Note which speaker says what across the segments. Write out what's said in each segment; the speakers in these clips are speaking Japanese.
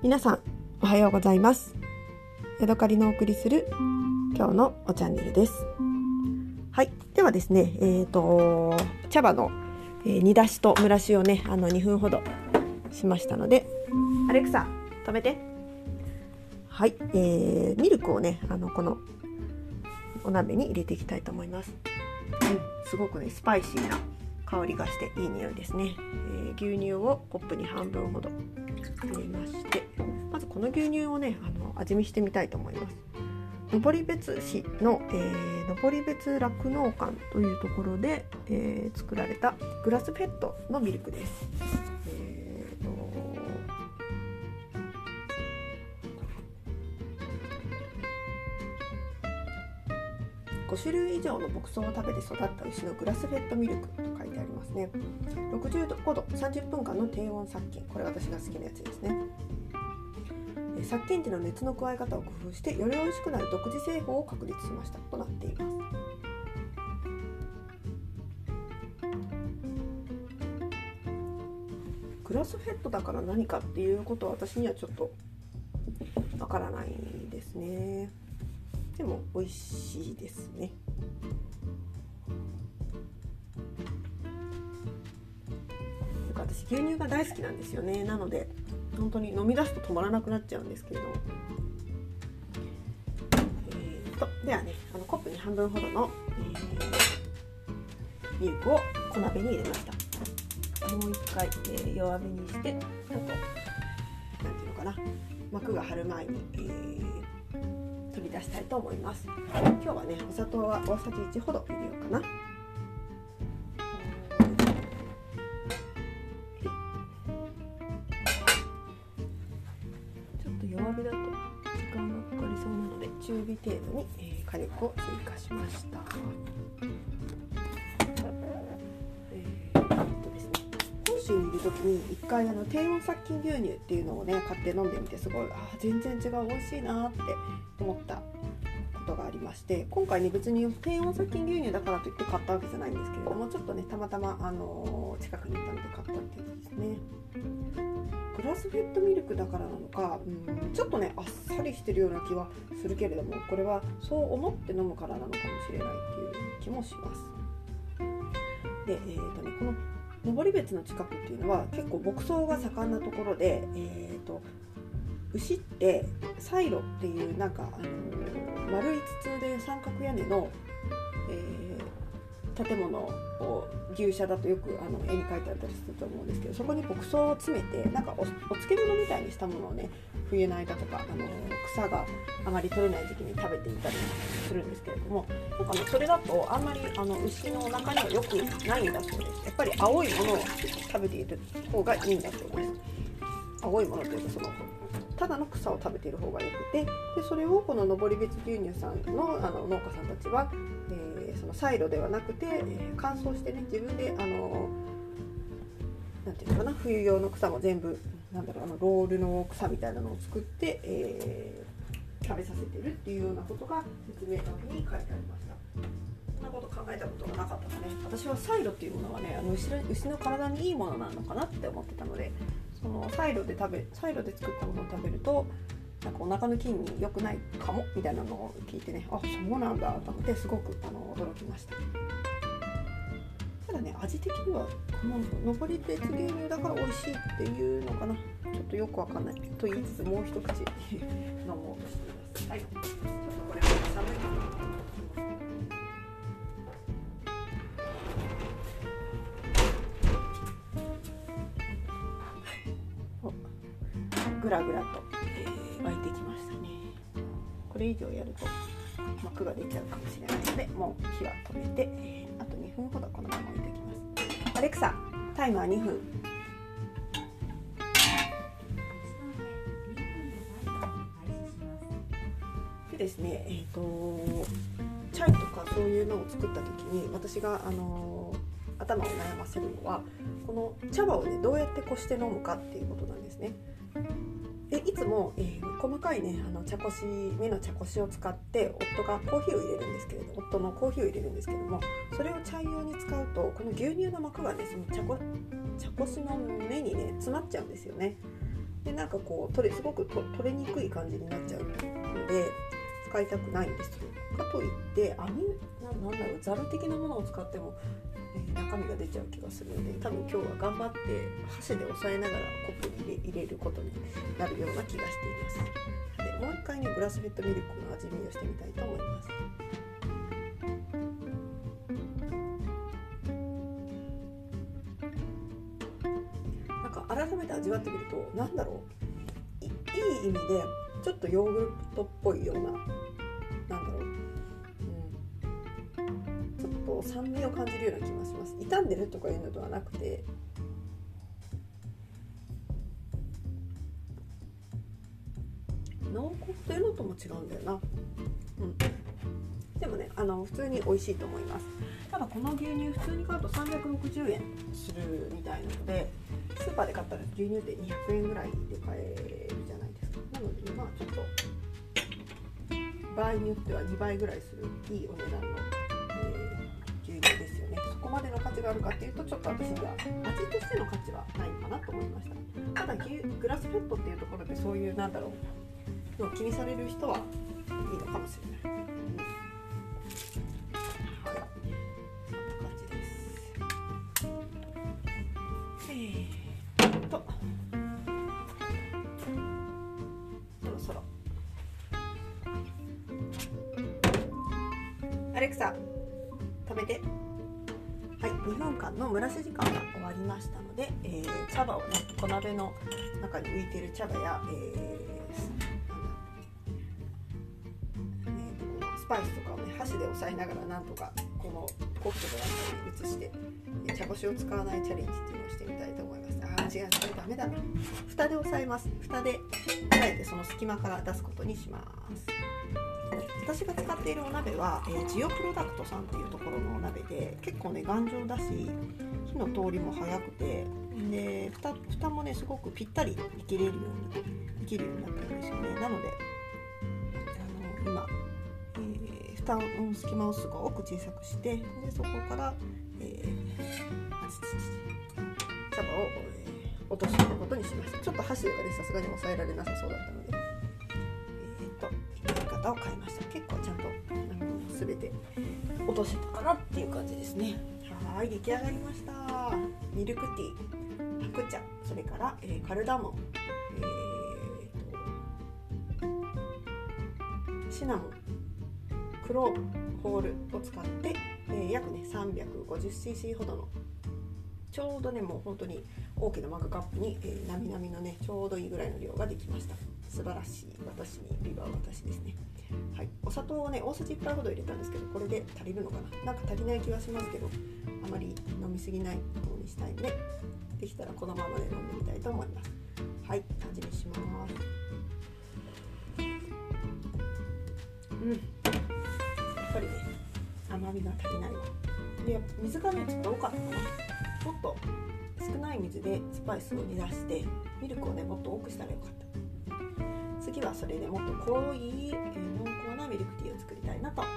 Speaker 1: 皆さんおはようございます。ヤドカリのお送りする今日のおチャンネルです。はい、ではですね、茶葉の煮出しと蒸らしをね2分ほどしましたので、アレクサ止めて。はい、ミルクをねこのお鍋に入れていきたいと思います。すごくねスパイシーな香りがしていい匂いですね。牛乳をコップに半分ほど入れまして、まずこの牛乳をね味見してみたいと思います。登別市の、登別酪農館というところで、作られたグラスフェッドのミルクです。5種類以上の牧草を食べて育った牛のグラスフェッドミルクと書いてありますね。65度30分間の低温殺菌、これ私が好きなやつですね。殺菌時の熱の加え方を工夫してより美味しくなる独自製法を確立しましたとなっています。グラスフェッドだから何かっていうことは私にはちょっとわからないですね。でも美味しいですね。私牛乳が大好きなんですよね。なので本当に飲み出すと止まらなくなっちゃうんですけれども、ではねコップに半分ほどの、ミルクを小鍋に入れました。もう一回、弱火にしてちょっとなんていうのかな、膜が張る前に、取り出したいと思います。今日はねお砂糖は大さじ1ほど入れようかな。ちょっと弱火だと時間がかかりそうなので中火程度に、火力を追加しました。本州にいる時に一回低温殺菌牛乳っていうのをね買って飲んでみて、すごい全然違う、美味しいなって思ったことがありまして、今回ね別に低温殺菌牛乳だからといって買ったわけじゃないんですけれども、ちょっとねたまたま近くに行ったので買ったっていうですね。グラスフェッドミルクだからなのか、ちょっとねあっさりしてるような気はするけれども、これはそう思って飲むからなのかもしれないっていう気もします。で、この登別の近くっていうのは結構牧草が盛んなところで、牛ってサイロっていうなんか丸い筒で三角屋根の、建物を牛舎だとよく絵に描いてあったりすると思うんですけど、そこに牧草を詰めてなんか お漬物みたいにしたものをね冬の間とか草があまり取れない時期に食べていたりするんですけれども、なんかそれだとあんまり牛の中には良くないんだそうです。やっぱり青いものを食べている方がいいんだそうです。青いものというかただの草を食べている方がよくて、でそれをこの登別牛乳さんの農家さんたちは、そのサイロではなくて、乾燥してね自分でなんていうのかな、冬用の草も全部ロールの草みたいなのを作って、食べさせてるっていうようなことが説明書きに書いてありました。そんなこと考えたことがなかったので、私はサイロっていうものはね牛の体にいいものなのかなって思ってたので、そのサイロで作ったものを食べるとなんかお腹の筋に良くないかもみたいなのを聞いてね、そうなんだと思ってすごく驚きました。ただね味的にはこの登別牛乳だから美味しいっていうのかな、ちょっとよくわかんないと言いつつもう一口飲もうとしています。はい、ちょっとこれは寒いグラグラと、沸いてきましたね。これ以上やると膜が出ちゃうかもしれないので、もう火は止めて、あと2分ほどこのまま置いておきます。アレクサ、タイマー2分。でですね、チャイとかそういうのを作った時に私が頭を悩ませるのは、この茶葉をねどうやってこして飲むかっていうことなんですね。でいつも、細かいね目の茶こしを使って夫のコーヒーを入れるんですけれども、それを茶用に使うとこの牛乳の膜がねその茶こしの目にね詰まっちゃうんですよね。 でなんかこうすごく取れにくい感じになっちゃうので使いたくないんですよ。かといってなんだろう、ザル的なものを使っても、中身が出ちゃう気がするので、多分今日は頑張って箸で押さえながらコップに入れることになるような気がしています。でもう一回ねグラスフェッドミルクの味見をしてみたいと思います。なんか改めて味わってみると、なんだろう、いい意味でちょっとヨーグルトっぽいような、なんだろう、ちょっと酸味を感じるような気がします。傷んでるとかいうのではなくて、濃厚というのとも違うんだよな。でもね、普通に美味しいと思います。ただこの牛乳普通に買うと360円するみたいなので、スーパーで買ったら牛乳って200円ぐらいで買えるじゃないですか。なのでちょっと場合によっては2倍ぐらいするいいお値段の、牛乳ですよね。そこまでの価値があるかっていうと、ちょっと私には味としての価値はないかなと思いました。ただグラスフェッドっていうところでそういう気にされる人はいいのかもしれない。アレクサ止めて。はい、2分間の蒸らし時間が終わりましたので、茶葉をね、小鍋の中に浮いている茶葉や、スパイスとかをね箸で押さえながらなんとかこのコップの中に移して茶こしを使わないチャレンジっていうのをしてみたいと思います。違う、これダメだな。蓋で押さえます。蓋で押さえてその隙間から出すことにします。私が使っているお鍋は、ジオプロダクトさんっていうところのお鍋で、結構ね頑丈だし火の通りも早くて、で蓋もねすごくぴったりいけるようになってるんですよね。なので今、蓋の隙間をすごく小さくして、でそこから、茶葉を、落とすことにしました。ちょっと箸ではねさすがに抑えられなさそうだったので、やり方を変えました。結構ちゃんと全て落とせたかなっていう感じですね。はい、出来上がりました。ミルクティー、白茶、それから、カルダモン、シナモン、クローブ、ホールを使って、約ね 350cc ほどのちょうどねもう本当に大きなマグカップに、なみなみのねちょうどいいぐらいの量ができました。素晴らしい、私にビバ私ですね。はい、お砂糖をね大さじ1杯ほど入れたんですけど、これで足りるのかな。なんか足りない気はしますけど、あまり飲みすぎないようにしたいので、できたらこのままで飲んでみたいと思います。はい、味見します。やっぱりね甘みが足りないわ。で水がねちょっと多かったかな。もっと少ない水でスパイスを煮出してミルクをねもっと多くしたらよかった。次はそれでもっと濃い、濃厚なミルクティーを作りたいなと思い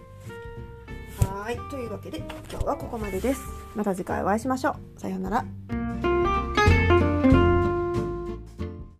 Speaker 1: ます。はい、というわけで今日はここまでです。また次回お会いしましょう。さようなら。